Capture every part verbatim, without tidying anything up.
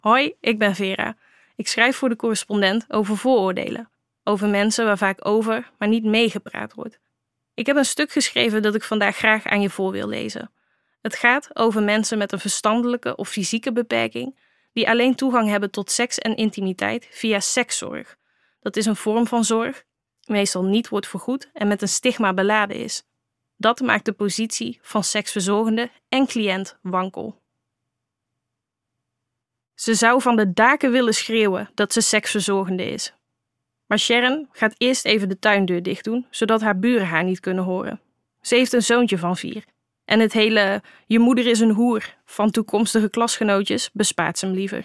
Hoi, ik ben Vera. Ik schrijf voor de Correspondent over vooroordelen. Over mensen waar vaak over, maar niet meegepraat wordt. Ik heb een stuk geschreven dat ik vandaag graag aan je voor wil lezen. Het gaat over mensen met een verstandelijke of fysieke beperking die alleen toegang hebben tot seks en intimiteit via sekszorg. Dat is een vorm van zorg, meestal niet wordt vergoed en met een stigma beladen is. Dat maakt de positie van seksverzorgende en cliënt wankel. Ze zou van de daken willen schreeuwen dat ze seksverzorgende is. Maar Sharon gaat eerst even de tuindeur dicht doen, zodat haar buren haar niet kunnen horen. Ze heeft een zoontje van vier. En het hele 'je moeder is een hoer' van toekomstige klasgenootjes bespaart ze hem liever.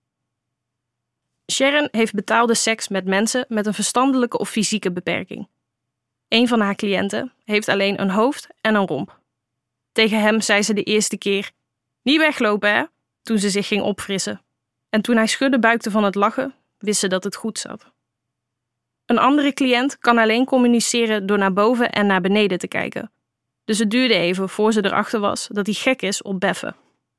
Sharon heeft betaalde seks met mensen met een verstandelijke of fysieke beperking. Een van haar cliënten heeft alleen een hoofd en een romp. Tegen hem zei ze de eerste keer: "Niet weglopen, hè?" toen ze zich ging opfrissen. En toen hij schudde buikte van het lachen, wist ze dat het goed zat. Een andere cliënt kan alleen communiceren door naar boven en naar beneden te kijken. Dus het duurde even voor ze erachter was dat hij gek is op beffen.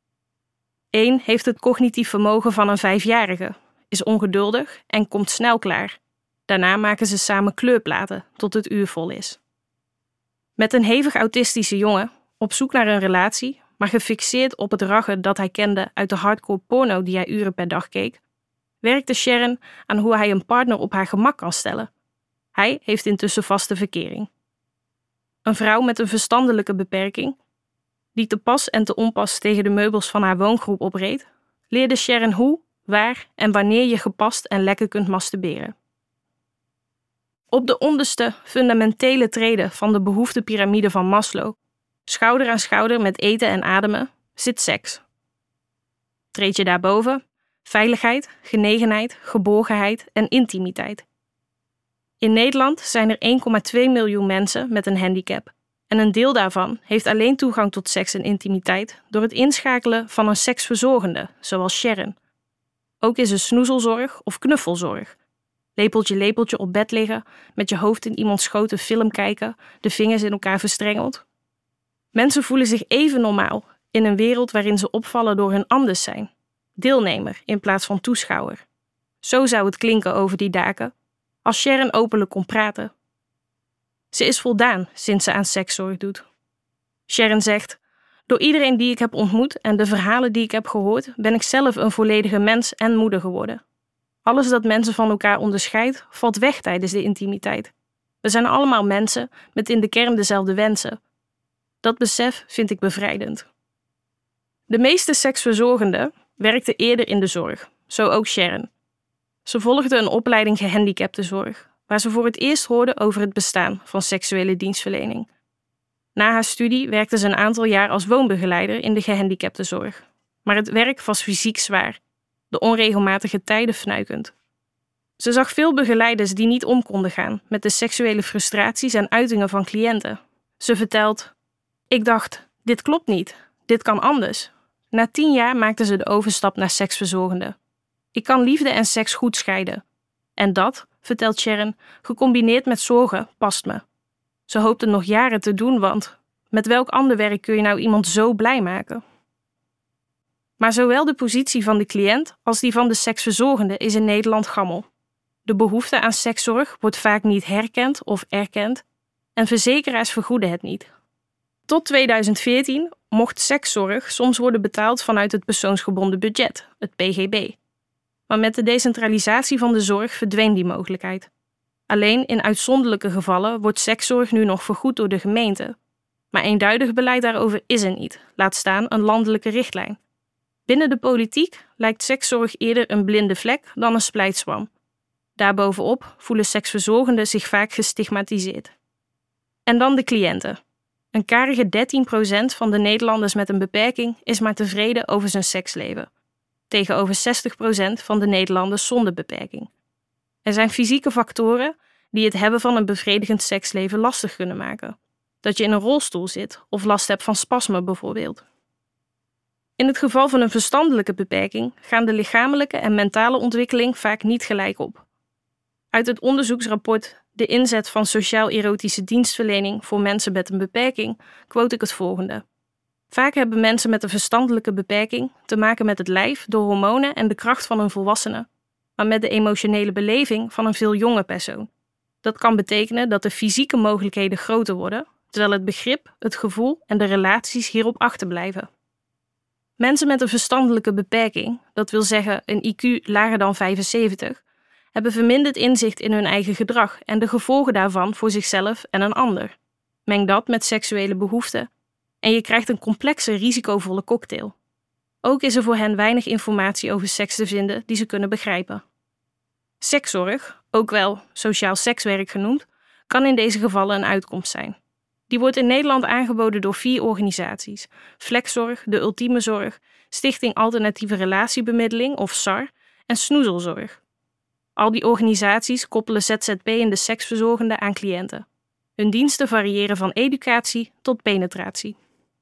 Eén heeft het cognitief vermogen van een vijfjarige, is ongeduldig en komt snel klaar. Daarna maken ze samen kleurplaten tot het uur vol is. Met een hevig autistische jongen, op zoek naar een relatie, maar gefixeerd op het raggen dat hij kende uit de hardcore porno die hij uren per dag keek, werkte Sharon aan hoe hij een partner op haar gemak kan stellen. Hij heeft intussen vaste verkering. Een vrouw met een verstandelijke beperking, die te pas en te onpas tegen de meubels van haar woongroep opreed, leerde Sharon hoe, waar en wanneer je gepast en lekker kunt masturberen. Op de onderste, fundamentele treden van de behoeftepiramide van Maslow, schouder aan schouder met eten en ademen, zit seks. Treed je daarboven? Veiligheid, genegenheid, geborgenheid en intimiteit. In Nederland zijn er één komma twee miljoen mensen met een handicap en een deel daarvan heeft alleen toegang tot seks en intimiteit door het inschakelen van een seksverzorgende, zoals Sharon. Ook is er snoezelzorg of knuffelzorg. Lepeltje lepeltje op bed liggen, met je hoofd in iemands schoot een film kijken, de vingers in elkaar verstrengeld. Mensen voelen zich even normaal in een wereld waarin ze opvallen door hun anders zijn. Deelnemer in plaats van toeschouwer. Zo zou het klinken over die daken, als Sharon openlijk kon praten. Ze is voldaan sinds ze aan sekszorg doet. Sharon zegt: "Door iedereen die ik heb ontmoet en de verhalen die ik heb gehoord, ben ik zelf een volledige mens en moeder geworden. Alles dat mensen van elkaar onderscheidt, valt weg tijdens de intimiteit. We zijn allemaal mensen met in de kern dezelfde wensen. Dat besef vind ik bevrijdend." De meeste seksverzorgenden werkten eerder in de zorg, zo ook Sharon. Ze volgde een opleiding gehandicaptenzorg, waar ze voor het eerst hoorde over het bestaan van seksuele dienstverlening. Na haar studie werkte ze een aantal jaar als woonbegeleider in de gehandicaptenzorg. Maar het werk was fysiek zwaar, de onregelmatige tijden fnuikend. Ze zag veel begeleiders die niet om konden gaan met de seksuele frustraties en uitingen van cliënten. Ze vertelt: "Ik dacht, dit klopt niet, dit kan anders." Na tien jaar maakte ze de overstap naar seksverzorgende. "Ik kan liefde en seks goed scheiden. En dat," vertelt Sharon, "gecombineerd met zorgen, past me." Ze hoopt het nog jaren te doen, want met welk ander werk kun je nou iemand zo blij maken? Maar zowel de positie van de cliënt als die van de seksverzorgende is in Nederland gammel. De behoefte aan sekszorg wordt vaak niet herkend of erkend en verzekeraars vergoeden het niet. Tot tweeduizend veertien mocht sekszorg soms worden betaald vanuit het persoonsgebonden budget, het P G B. Maar met de decentralisatie van de zorg verdween die mogelijkheid. Alleen in uitzonderlijke gevallen wordt sekszorg nu nog vergoed door de gemeente. Maar eenduidig beleid daarover is er niet, laat staan een landelijke richtlijn. Binnen de politiek lijkt sekszorg eerder een blinde vlek dan een splijtswam. Daarbovenop voelen seksverzorgenden zich vaak gestigmatiseerd. En dan de cliënten. Een karige dertien procent van de Nederlanders met een beperking is maar tevreden over zijn seksleven. Tegenover zestig procent van de Nederlanders zonder beperking. Er zijn fysieke factoren die het hebben van een bevredigend seksleven lastig kunnen maken. Dat je in een rolstoel zit of last hebt van spasmen bijvoorbeeld. In het geval van een verstandelijke beperking gaan de lichamelijke en mentale ontwikkeling vaak niet gelijk op. Uit het onderzoeksrapport De inzet van sociaal-erotische dienstverlening voor mensen met een beperking quote ik het volgende. Vaak hebben mensen met een verstandelijke beperking te maken met het lijf, de hormonen en de kracht van een volwassene, maar met de emotionele beleving van een veel jonge persoon. Dat kan betekenen dat de fysieke mogelijkheden groter worden, terwijl het begrip, het gevoel en de relaties hierop achterblijven. Mensen met een verstandelijke beperking, dat wil zeggen een I Q lager dan vijfenzeventig, hebben verminderd inzicht in hun eigen gedrag en de gevolgen daarvan voor zichzelf en een ander. Meng dat met seksuele behoeften en je krijgt een complexe, risicovolle cocktail. Ook is er voor hen weinig informatie over seks te vinden die ze kunnen begrijpen. Sekszorg, ook wel sociaal sekswerk genoemd, kan in deze gevallen een uitkomst zijn. Die wordt in Nederland aangeboden door vier organisaties: Flexzorg, De Ultieme Zorg, Stichting Alternatieve Relatiebemiddeling of S A R en Snoezelzorg. Al die organisaties koppelen Z Z P'ende seksverzorgenden aan cliënten. Hun diensten variëren van educatie tot penetratie.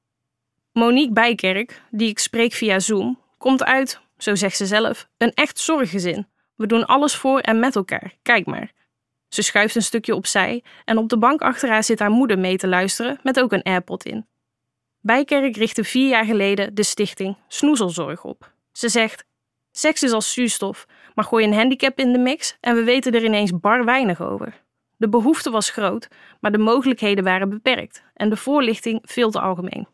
Monique Bijkerk, die ik spreek via Zoom, komt uit, zo zegt ze zelf, een echt zorggezin. We doen alles voor en met elkaar, kijk maar. Ze schuift een stukje opzij en op de bank achter haar zit haar moeder mee te luisteren met ook een AirPod in. Bijkerk richtte vier jaar geleden de stichting Snoezelzorg op. Ze zegt: seks is als zuurstof, maar gooi een handicap in de mix en we weten er ineens bar weinig over. De behoefte was groot, maar de mogelijkheden waren beperkt en de voorlichting veel te algemeen.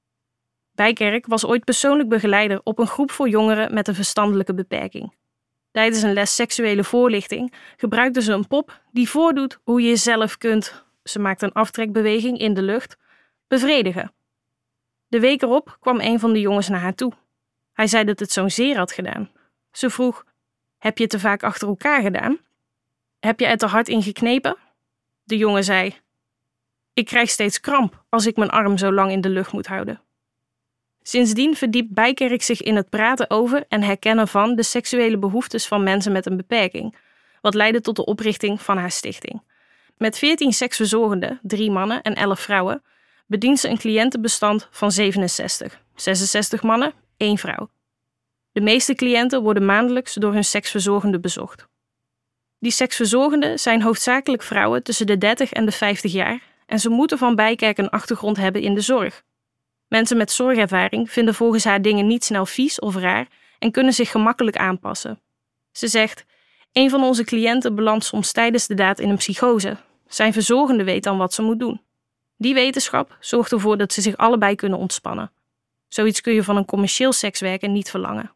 Bijkerk was ooit persoonlijk begeleider op een groep voor jongeren met een verstandelijke beperking. Tijdens een les seksuele voorlichting gebruikte ze een pop die voordoet hoe je jezelf kunt, ze maakt een aftrekbeweging in de lucht, bevredigen. De week erop kwam een van de jongens naar haar toe. Hij zei dat het zo'n zeer had gedaan. Ze vroeg: heb je het te vaak achter elkaar gedaan? Heb je er te hard in geknepen? De jongen zei: ik krijg steeds kramp als ik mijn arm zo lang in de lucht moet houden. Sindsdien verdiept Bijkerk zich in het praten over en herkennen van de seksuele behoeftes van mensen met een beperking, wat leidde tot de oprichting van haar stichting. Met veertien seksverzorgenden, drie mannen en elf vrouwen, bedient ze een cliëntenbestand van zevenenzestig, zesenzestig mannen, één vrouw. De meeste cliënten worden maandelijks door hun seksverzorgende bezocht. Die seksverzorgenden zijn hoofdzakelijk vrouwen tussen de dertig en de vijftig jaar en ze moeten van Bijkerk een achtergrond hebben in de zorg. Mensen met zorgervaring vinden volgens haar dingen niet snel vies of raar en kunnen zich gemakkelijk aanpassen. Ze zegt: een van onze cliënten belandt soms tijdens de daad in een psychose. Zijn verzorgende weet dan wat ze moet doen. Die wetenschap zorgt ervoor dat ze zich allebei kunnen ontspannen. Zoiets kun je van een commercieel sekswerker niet verlangen.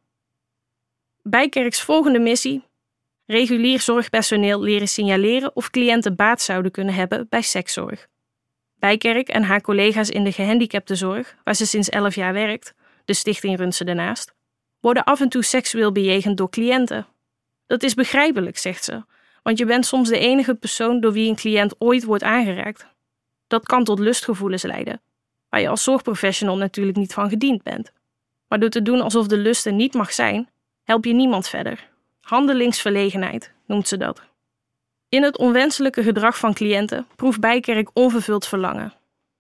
Bijkerks volgende missie: regulier zorgpersoneel leren signaleren of cliënten baat zouden kunnen hebben bij sekszorg. Bijkerk en haar collega's in de gehandicaptenzorg, waar ze sinds elf jaar werkt, de stichting runt ze daarnaast, worden af en toe seksueel bejegend door cliënten. Dat is begrijpelijk, zegt ze, want je bent soms de enige persoon door wie een cliënt ooit wordt aangeraakt. Dat kan tot lustgevoelens leiden, waar je als zorgprofessional natuurlijk niet van gediend bent. Maar door te doen alsof de lust er niet mag zijn, help je niemand verder. Handelingsverlegenheid noemt ze dat. In het onwenselijke gedrag van cliënten proeft Bijkerk onvervuld verlangen.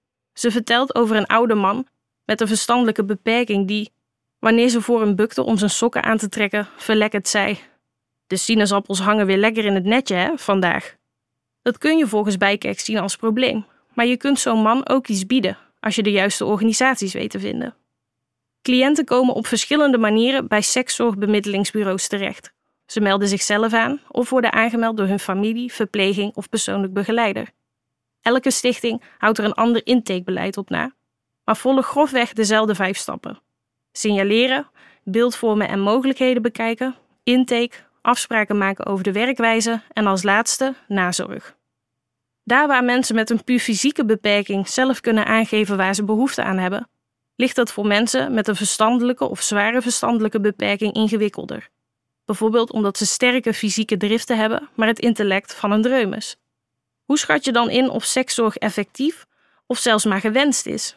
Ze vertelt over een oude man met een verstandelijke beperking die, wanneer ze voor hem bukte om zijn sokken aan te trekken, verlekkerd zei: de sinaasappels hangen weer lekker in het netje, hè, vandaag. Dat kun je volgens Bijkerk zien als probleem, maar je kunt zo'n man ook iets bieden als je de juiste organisaties weet te vinden. Cliënten komen op verschillende manieren bij sekszorgbemiddelingsbureaus terecht. Ze melden zichzelf aan of worden aangemeld door hun familie, verpleging of persoonlijk begeleider. Elke stichting houdt er een ander intakebeleid op na, maar volgen grofweg dezelfde vijf stappen: signaleren, beeldvormen en mogelijkheden bekijken, intake, afspraken maken over de werkwijze en als laatste nazorg. Daar waar mensen met een puur fysieke beperking zelf kunnen aangeven waar ze behoefte aan hebben, ligt dat voor mensen met een verstandelijke of zware verstandelijke beperking ingewikkelder. Bijvoorbeeld omdat ze sterke fysieke driften hebben, maar het intellect van een dreumes. Hoe schat je dan in of sekszorg effectief of zelfs maar gewenst is?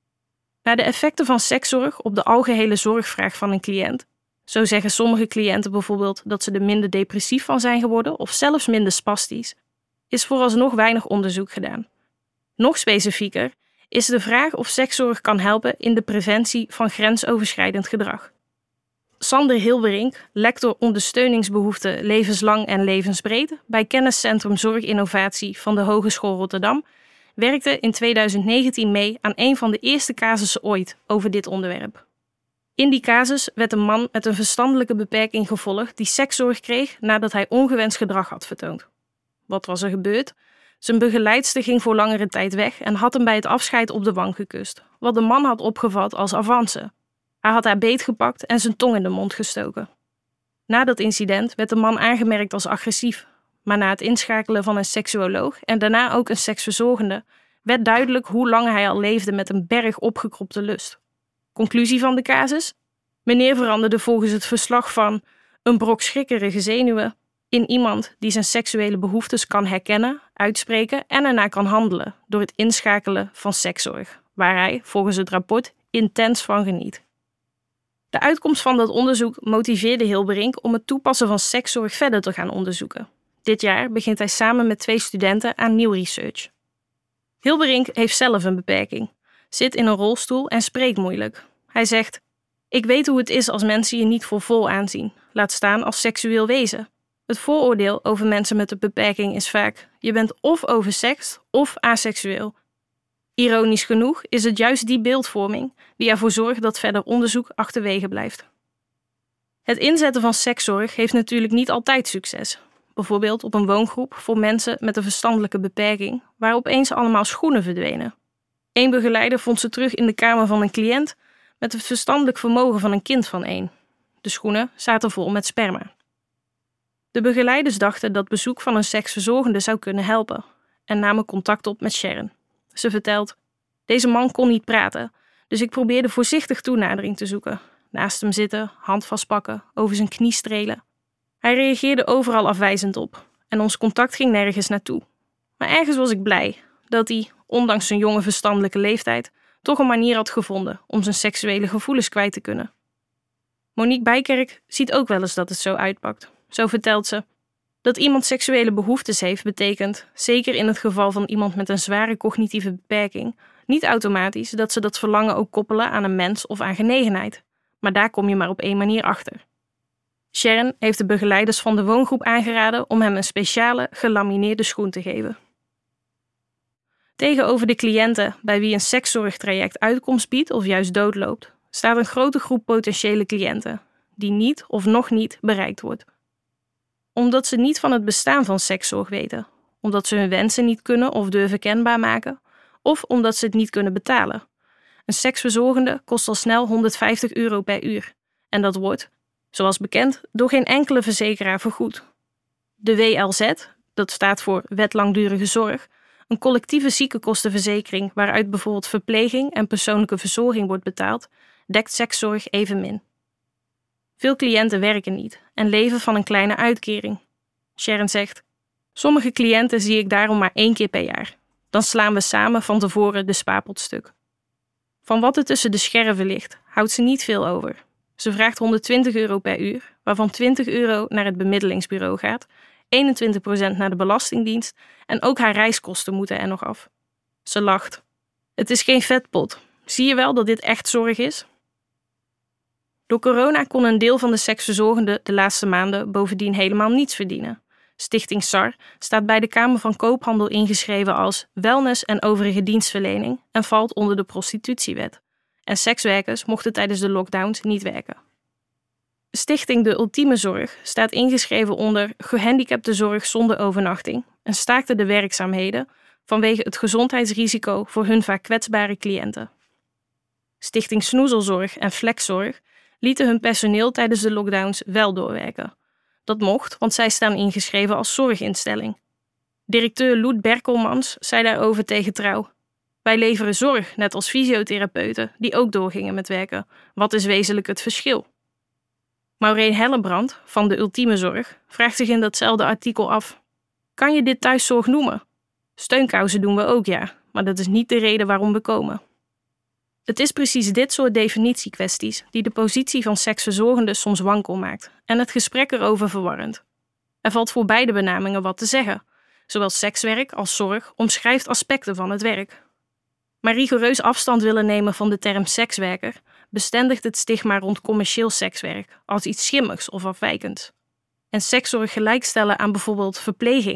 Naar de effecten van sekszorg op de algehele zorgvraag van een cliënt. Zo zeggen sommige cliënten bijvoorbeeld dat ze er minder depressief van zijn geworden of zelfs minder spastisch, is vooralsnog weinig onderzoek gedaan. Nog specifieker is de vraag of sekszorg kan helpen in de preventie van grensoverschrijdend gedrag. Sander Hilberink, lector ondersteuningsbehoeften levenslang en levensbreed bij Kenniscentrum Zorginnovatie van de Hogeschool Rotterdam, werkte in tweeduizend negentien mee aan een van de eerste casussen ooit over dit onderwerp. In die casus werd een man met een verstandelijke beperking gevolgd die sekszorg kreeg nadat hij ongewenst gedrag had vertoond. Wat was er gebeurd? Zijn begeleidster ging voor langere tijd weg en had hem bij het afscheid op de wang gekust, wat de man had opgevat als avance. Hij had haar beetgepakt en zijn tong in de mond gestoken. Na dat incident werd de man aangemerkt als agressief, maar na het inschakelen van een seksuoloog en daarna ook een seksverzorgende werd duidelijk hoe lang hij al leefde met een berg opgekropte lust. Conclusie van de casus? Meneer veranderde volgens het verslag van een brok schrikkerige zenuwen in iemand die zijn seksuele behoeftes kan herkennen, uitspreken en ernaar kan handelen door het inschakelen van sekszorg, waar hij, volgens het rapport, intens van geniet. De uitkomst van dat onderzoek motiveerde Hilberink om het toepassen van sekszorg verder te gaan onderzoeken. Dit jaar begint hij samen met twee studenten aan nieuw research. Hilberink heeft zelf een beperking, zit in een rolstoel en spreekt moeilijk. Hij zegt: "Ik weet hoe het is als mensen je niet voor vol aanzien, laat staan als seksueel wezen. Het vooroordeel over mensen met een beperking is vaak: je bent of oversext of aseksueel. Ironisch genoeg is het juist die beeldvorming die ervoor zorgt dat verder onderzoek achterwege blijft." Het inzetten van sekszorg heeft natuurlijk niet altijd succes. Bijvoorbeeld op een woongroep voor mensen met een verstandelijke beperking, waar opeens allemaal schoenen verdwenen. Eén begeleider vond ze terug in de kamer van een cliënt met het verstandelijk vermogen van een kind van één. De schoenen zaten vol met sperma. De begeleiders dachten dat bezoek van een seksverzorgende zou kunnen helpen en namen contact op met Sharon. Ze vertelt: "Deze man kon niet praten, dus ik probeerde voorzichtig toenadering te zoeken. Naast hem zitten, hand vastpakken, over zijn knie strelen. Hij reageerde overal afwijzend op en ons contact ging nergens naartoe. Maar ergens was ik blij dat hij, ondanks zijn jonge verstandelijke leeftijd, toch een manier had gevonden om zijn seksuele gevoelens kwijt te kunnen." Monique Bijkerk ziet ook wel eens dat het zo uitpakt. Zo vertelt ze: "Dat iemand seksuele behoeftes heeft betekent, zeker in het geval van iemand met een zware cognitieve beperking, niet automatisch dat ze dat verlangen ook koppelen aan een mens of aan genegenheid. Maar daar kom je maar op één manier achter." Sharon heeft de begeleiders van de woongroep aangeraden om hem een speciale, gelamineerde schoen te geven. Tegenover de cliënten bij wie een sekszorgtraject uitkomst biedt of juist doodloopt, staat een grote groep potentiële cliënten, die niet of nog niet bereikt wordt. Omdat ze niet van het bestaan van sekszorg weten, omdat ze hun wensen niet kunnen of durven kenbaar maken, of omdat ze het niet kunnen betalen. Een seksverzorgende kost al snel honderdvijftig euro per uur en dat wordt, zoals bekend, door geen enkele verzekeraar vergoed. De W L Z, dat staat voor Wet Langdurige Zorg, een collectieve ziekenkostenverzekering waaruit bijvoorbeeld verpleging en persoonlijke verzorging wordt betaald, dekt sekszorg evenmin. Veel cliënten werken niet en leven van een kleine uitkering. Sharon zegt: "Sommige cliënten zie ik daarom maar één keer per jaar. Dan slaan we samen van tevoren de spaarpot stuk." Van wat er tussen de scherven ligt, houdt ze niet veel over. Ze vraagt honderdtwintig euro per uur, waarvan twintig euro naar het bemiddelingsbureau gaat, eenentwintig procent naar de Belastingdienst en ook haar reiskosten moeten er nog af. Ze lacht: "Het is geen vetpot. Zie je wel dat dit echt zorg is?" Door corona kon een deel van de seksverzorgenden de laatste maanden bovendien helemaal niets verdienen. Stichting S A R staat bij de Kamer van Koophandel ingeschreven als wellness en overige dienstverlening en valt onder de prostitutiewet. En sekswerkers mochten tijdens de lockdowns niet werken. Stichting De Ultieme Zorg staat ingeschreven onder gehandicaptenzorg zonder overnachting en staakte de werkzaamheden vanwege het gezondheidsrisico voor hun vaak kwetsbare cliënten. Stichting Snoezelzorg en Flexzorg lieten hun personeel tijdens de lockdowns wel doorwerken. Dat mocht, want zij staan ingeschreven als zorginstelling. Directeur Loet Berkelmans zei daarover tegen Trouw: "Wij leveren zorg, net als fysiotherapeuten, die ook doorgingen met werken. Wat is wezenlijk het verschil?" Maureen Hellebrand van De Ultieme Zorg vraagt zich in datzelfde artikel af: "Kan je dit thuiszorg noemen? Steunkousen doen we ook, ja, maar dat is niet de reden waarom we komen." Het is precies dit soort definitiekwesties die de positie van seksverzorgenden soms wankel maakt en het gesprek erover verwarrend. Er valt voor beide benamingen wat te zeggen. Zowel sekswerk als zorg omschrijft aspecten van het werk. Maar rigoureus afstand willen nemen van de term sekswerker bestendigt het stigma rond commercieel sekswerk als iets schimmigs of afwijkends. En sekszorg gelijkstellen aan bijvoorbeeld verpleging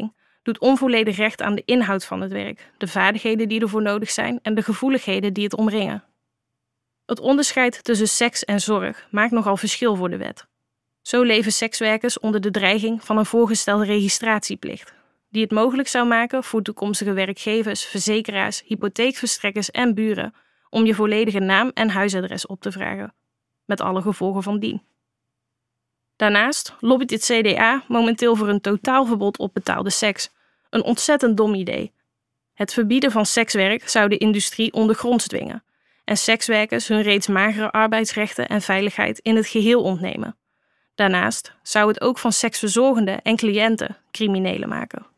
doet onvolledig recht aan de inhoud van het werk, de vaardigheden die ervoor nodig zijn en de gevoeligheden die het omringen. Het onderscheid tussen seks en zorg maakt nogal verschil voor de wet. Zo leven sekswerkers onder de dreiging van een voorgestelde registratieplicht, die het mogelijk zou maken voor toekomstige werkgevers, verzekeraars, hypotheekverstrekkers en buren om je volledige naam en huisadres op te vragen, met alle gevolgen van dien. Daarnaast lobbyt het C D A momenteel voor een totaalverbod op betaalde seks. Een ontzettend dom idee. Het verbieden van sekswerk zou de industrie ondergronds dwingen en sekswerkers hun reeds magere arbeidsrechten en veiligheid in het geheel ontnemen. Daarnaast zou het ook van seksverzorgenden en cliënten criminelen maken.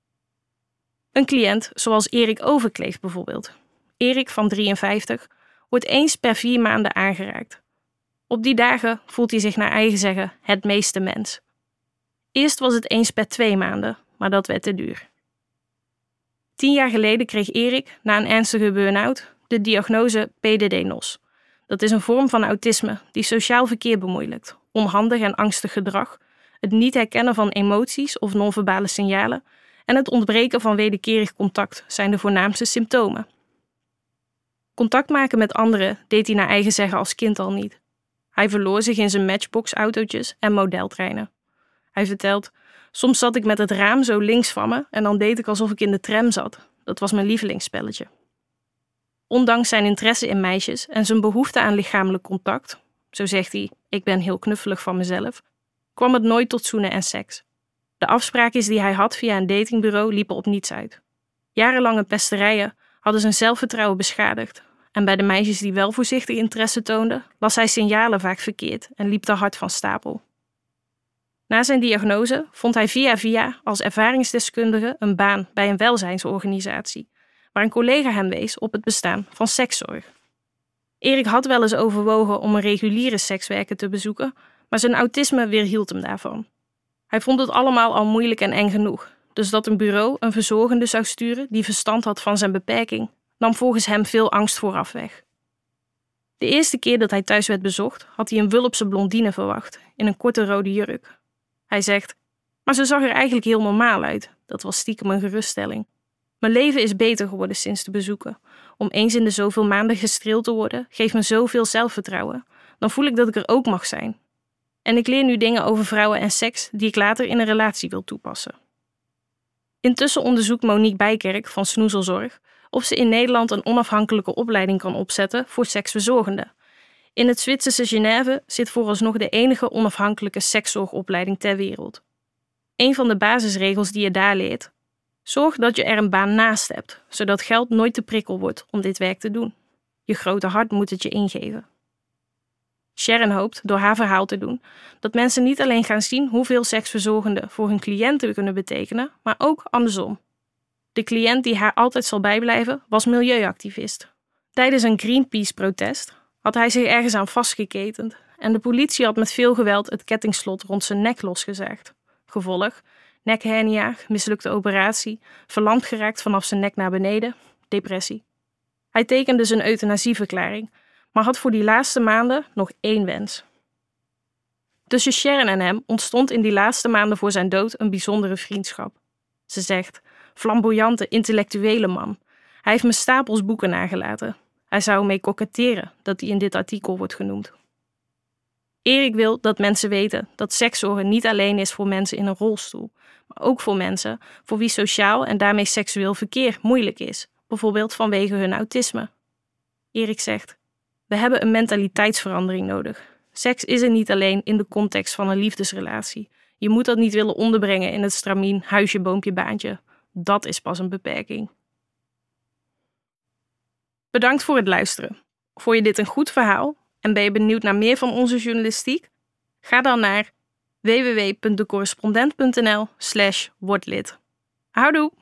Een cliënt zoals Erik Overkleef bijvoorbeeld. Erik van drieënvijftig wordt eens per vier maanden aangeraakt. Op die dagen voelt hij zich naar eigen zeggen het meeste mens. Eerst was het eens per twee maanden, maar dat werd te duur. Tien jaar geleden kreeg Erik, na een ernstige burn-out, de diagnose P D D N O S. Dat is een vorm van autisme die sociaal verkeer bemoeilijkt, onhandig en angstig gedrag, het niet herkennen van emoties of non-verbale signalen en het ontbreken van wederkerig contact zijn de voornaamste symptomen. Contact maken met anderen deed hij naar eigen zeggen als kind al niet. Hij verloor zich in zijn matchbox-autootjes en modeltreinen. Hij vertelt: soms zat ik met het raam zo links van me en dan deed ik alsof ik in de tram zat. Dat was mijn lievelingsspelletje. Ondanks zijn interesse in meisjes en zijn behoefte aan lichamelijk contact, zo zegt hij, ik ben heel knuffelig van mezelf, kwam het nooit tot zoenen en seks. De afspraakjes die hij had via een datingbureau liepen op niets uit. Jarenlange pesterijen hadden zijn zelfvertrouwen beschadigd en bij de meisjes die wel voorzichtig interesse toonden, las hij signalen vaak verkeerd en liep te hard van stapel. Na zijn diagnose vond hij via via als ervaringsdeskundige een baan bij een welzijnsorganisatie, waar een collega hem wees op het bestaan van sekszorg. Erik had wel eens overwogen om een reguliere sekswerker te bezoeken, maar zijn autisme weerhield hem daarvan. Hij vond het allemaal al moeilijk en eng genoeg, dus dat een bureau een verzorgende zou sturen die verstand had van zijn beperking, nam volgens hem veel angst vooraf weg. De eerste keer dat hij thuis werd bezocht, had hij een wulpse blondine verwacht, in een korte rode jurk. Hij zegt, maar ze zag er eigenlijk heel normaal uit. Dat was stiekem een geruststelling. Mijn leven is beter geworden sinds de bezoeken. Om eens in de zoveel maanden gestreeld te worden, geeft me zoveel zelfvertrouwen. Dan voel ik dat ik er ook mag zijn. En ik leer nu dingen over vrouwen en seks die ik later in een relatie wil toepassen. Intussen onderzoekt Monique Bijkerk van Snoezelzorg of ze in Nederland een onafhankelijke opleiding kan opzetten voor seksverzorgenden. In het Zwitserse Genève zit vooralsnog de enige onafhankelijke sekszorgopleiding ter wereld. Een van de basisregels die je daar leert: zorg dat je er een baan naast hebt, zodat geld nooit te prikkel wordt om dit werk te doen. Je grote hart moet het je ingeven. Sharon hoopt door haar verhaal te doen dat mensen niet alleen gaan zien hoeveel seksverzorgenden voor hun cliënten kunnen betekenen, maar ook andersom. De cliënt die haar altijd zal bijblijven was milieuactivist. Tijdens een Greenpeace-protest had hij zich ergens aan vastgeketend en de politie had met veel geweld het kettingslot rond zijn nek losgezaagd. Gevolg: nekhernia, mislukte operatie, verlamd geraakt vanaf zijn nek naar beneden, depressie. Hij tekende zijn euthanasieverklaring, maar had voor die laatste maanden nog één wens. Tussen Sharon en hem ontstond in die laatste maanden voor zijn dood een bijzondere vriendschap. Ze zegt: flamboyante, intellectuele man. Hij heeft me stapels boeken nagelaten. Hij zou mee koketteren, dat hij in dit artikel wordt genoemd. Erik wil dat mensen weten dat sekszorgen niet alleen is voor mensen in een rolstoel, maar ook voor mensen voor wie sociaal en daarmee seksueel verkeer moeilijk is, bijvoorbeeld vanwege hun autisme. Erik zegt: we hebben een mentaliteitsverandering nodig. Seks is er niet alleen in de context van een liefdesrelatie. Je moet dat niet willen onderbrengen in het stramien huisje, boompje, baantje. Dat is pas een beperking. Bedankt voor het luisteren. Vond je dit een goed verhaal en ben je benieuwd naar meer van onze journalistiek? Ga dan naar w w w punt de correspondent punt n l slash word lid. Houdoe!